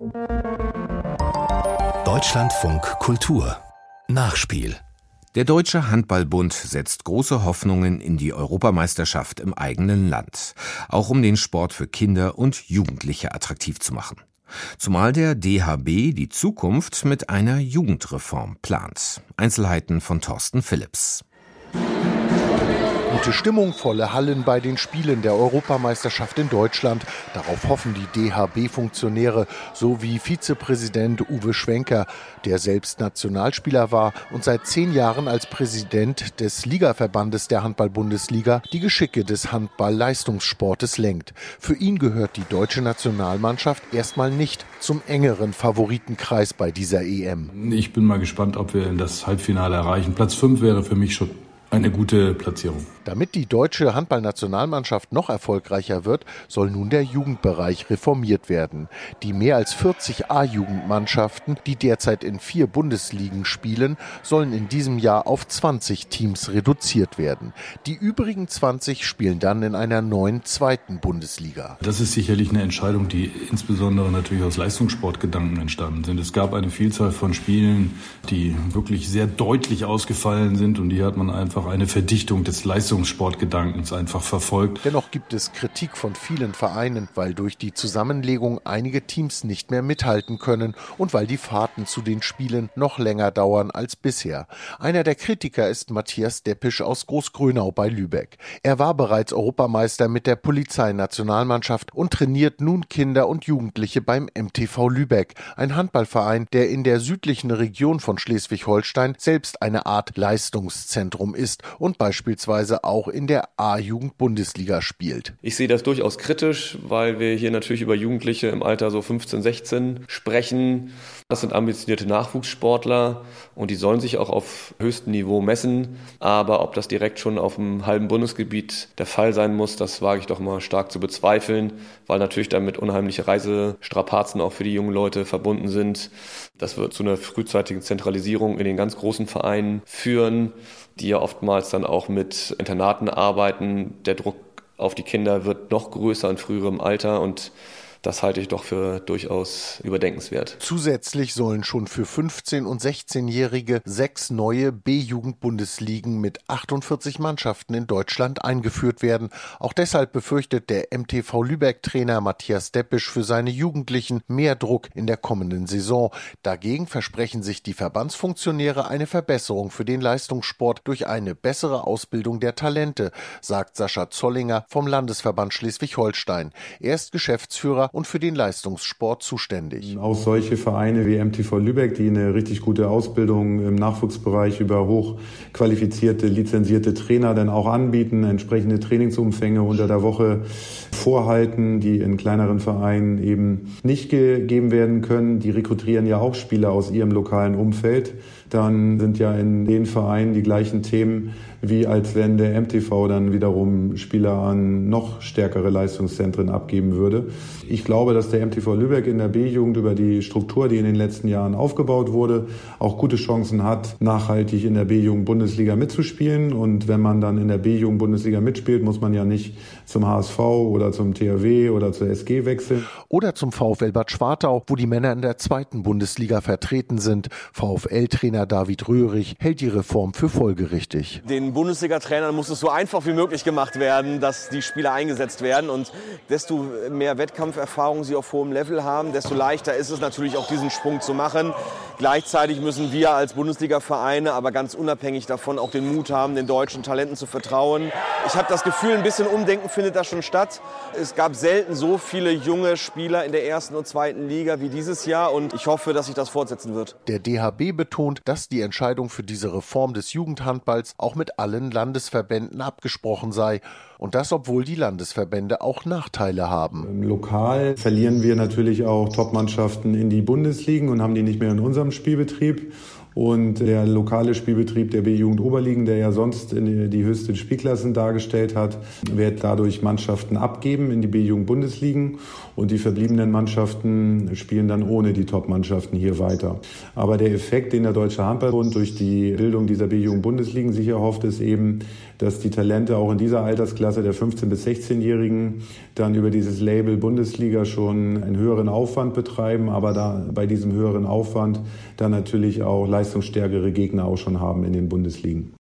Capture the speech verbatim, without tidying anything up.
Deutschlandfunk Kultur Nachspiel. Der Deutsche Handball-Bund setzt große Hoffnungen in die Europameisterschaft im eigenen Land, auch um den Sport für Kinder und Jugendliche attraktiv zu machen. Zumal der D H B die Zukunft mit einer Jugendreform plant. Einzelheiten von Thorsten Philipps. Gute Stimmung, volle Hallen bei den Spielen der Europameisterschaft in Deutschland. Darauf hoffen die D H B-Funktionäre, so wie Vizepräsident Uwe Schwenker, der selbst Nationalspieler war und seit zehn Jahren als Präsident des Ligaverbandes der Handball-Bundesliga die Geschicke des Handball-Leistungssportes lenkt. Für ihn gehört die deutsche Nationalmannschaft erstmal nicht zum engeren Favoritenkreis bei dieser E M. Ich bin mal gespannt, ob wir das Halbfinale erreichen. Platz fünf wäre für mich schon eine gute Platzierung. Damit die deutsche Handballnationalmannschaft noch erfolgreicher wird, soll nun der Jugendbereich reformiert werden. Die mehr als vierzig A-Jugendmannschaften, die derzeit in vier Bundesligen spielen, sollen in diesem Jahr auf zwanzig Teams reduziert werden. Die übrigen zwanzig spielen dann in einer neuen zweiten Bundesliga. Das ist sicherlich eine Entscheidung, die insbesondere natürlich aus Leistungssportgedanken entstanden sind. Es gab eine Vielzahl von Spielen, die wirklich sehr deutlich ausgefallen sind, und die hat man einfach eine Verdichtung des Leistungssportgedankens einfach verfolgt. Dennoch gibt es Kritik von vielen Vereinen, weil durch die Zusammenlegung einige Teams nicht mehr mithalten können und weil die Fahrten zu den Spielen noch länger dauern als bisher. Einer der Kritiker ist Matthias Deppisch aus Großgrönau bei Lübeck. Er war bereits Europameister mit der Polizeinationalmannschaft und trainiert nun Kinder und Jugendliche beim M T V Lübeck, ein Handballverein, der in der südlichen Region von Schleswig-Holstein selbst eine Art Leistungszentrum ist und beispielsweise auch in der A-Jugend-Bundesliga spielt. Ich sehe das durchaus kritisch, weil wir hier natürlich über Jugendliche im Alter so fünfzehn, sechzehn sprechen. Das sind ambitionierte Nachwuchssportler und die sollen sich auch auf höchstem Niveau messen. Aber ob das direkt schon auf dem halben Bundesgebiet der Fall sein muss, das wage ich doch mal stark zu bezweifeln, weil natürlich damit unheimliche Reisestrapazen auch für die jungen Leute verbunden sind. Das wird zu einer frühzeitigen Zentralisierung in den ganz großen Vereinen führen, die ja oftmals dann auch mit Internaten arbeiten. Der Druck auf die Kinder wird noch größer in früherem Alter, und das halte ich doch für durchaus überdenkenswert. Zusätzlich sollen schon für fünfzehn- und sechzehnjährige sechs neue B-Jugend-Bundesligen mit achtundvierzig Mannschaften in Deutschland eingeführt werden. Auch deshalb befürchtet der M T V Lübeck-Trainer Matthias Deppisch für seine Jugendlichen mehr Druck in der kommenden Saison. Dagegen versprechen sich die Verbandsfunktionäre eine Verbesserung für den Leistungssport durch eine bessere Ausbildung der Talente, sagt Sascha Zollinger vom Landesverband Schleswig-Holstein. Er ist Geschäftsführer und für den Leistungssport zuständig. Auch solche Vereine wie M T V Lübeck, die eine richtig gute Ausbildung im Nachwuchsbereich über hochqualifizierte, lizenzierte Trainer dann auch anbieten, entsprechende Trainingsumfänge unter der Woche vorhalten, die in kleineren Vereinen eben nicht gegeben werden können. Die rekrutieren ja auch Spieler aus ihrem lokalen Umfeld. Dann sind ja in den Vereinen die gleichen Themen, wie als wenn der M T V dann wiederum Spieler an noch stärkere Leistungszentren abgeben würde. Ich glaube, dass der M T V Lübeck in der B-Jugend über die Struktur, die in den letzten Jahren aufgebaut wurde, auch gute Chancen hat, nachhaltig in der B-Jugend-Bundesliga mitzuspielen. Und wenn man dann in der B-Jugend-Bundesliga mitspielt, muss man ja nicht zum H S V oder zum T H W oder zur S G wechseln. Oder zum VfL Bad Schwartau, wo die Männer in der zweiten Bundesliga vertreten sind. VfL-Trainer David Röhrig hält die Reform für folgerichtig. Den Bundesliga-Trainern muss es so einfach wie möglich gemacht werden, dass die Spieler eingesetzt werden. Und desto mehr Wettkampferfahrung sie auf hohem Level haben, desto leichter ist es natürlich auch, diesen Sprung zu machen. Gleichzeitig müssen wir als Bundesliga-Vereine aber ganz unabhängig davon auch den Mut haben, den deutschen Talenten zu vertrauen. Ich habe das Gefühl, ein bisschen Umdenken findet da schon statt. Es gab selten so viele junge Spieler in der ersten und zweiten Liga wie dieses Jahr, und ich hoffe, dass sich das fortsetzen wird. Der D H B betont, dass die Entscheidung für diese Reform des Jugendhandballs auch mit allen Landesverbänden abgesprochen sei. Und das, obwohl die Landesverbände auch Nachteile haben. Lokal verlieren wir natürlich auch Topmannschaften in die Bundesligen und haben die nicht mehr in unserem Spielbetrieb. Und der lokale Spielbetrieb der B-Jugend-Oberligen, der ja sonst in die höchsten Spielklassen dargestellt hat, wird dadurch Mannschaften abgeben in die B-Jugend-Bundesligen. und die verbliebenen Mannschaften spielen dann ohne die Top-Mannschaften hier weiter. Aber der Effekt, den der Deutsche Handballbund durch die Bildung dieser B-Jugend-Bundesligen sich erhofft, ist eben, dass die Talente auch in dieser Altersklasse der fünfzehn- bis sechzehnjährigen dann über dieses Label Bundesliga schon einen höheren Aufwand betreiben, aber da bei diesem höheren Aufwand dann natürlich auch leistungsstärkere Gegner auch schon haben in den Bundesligen.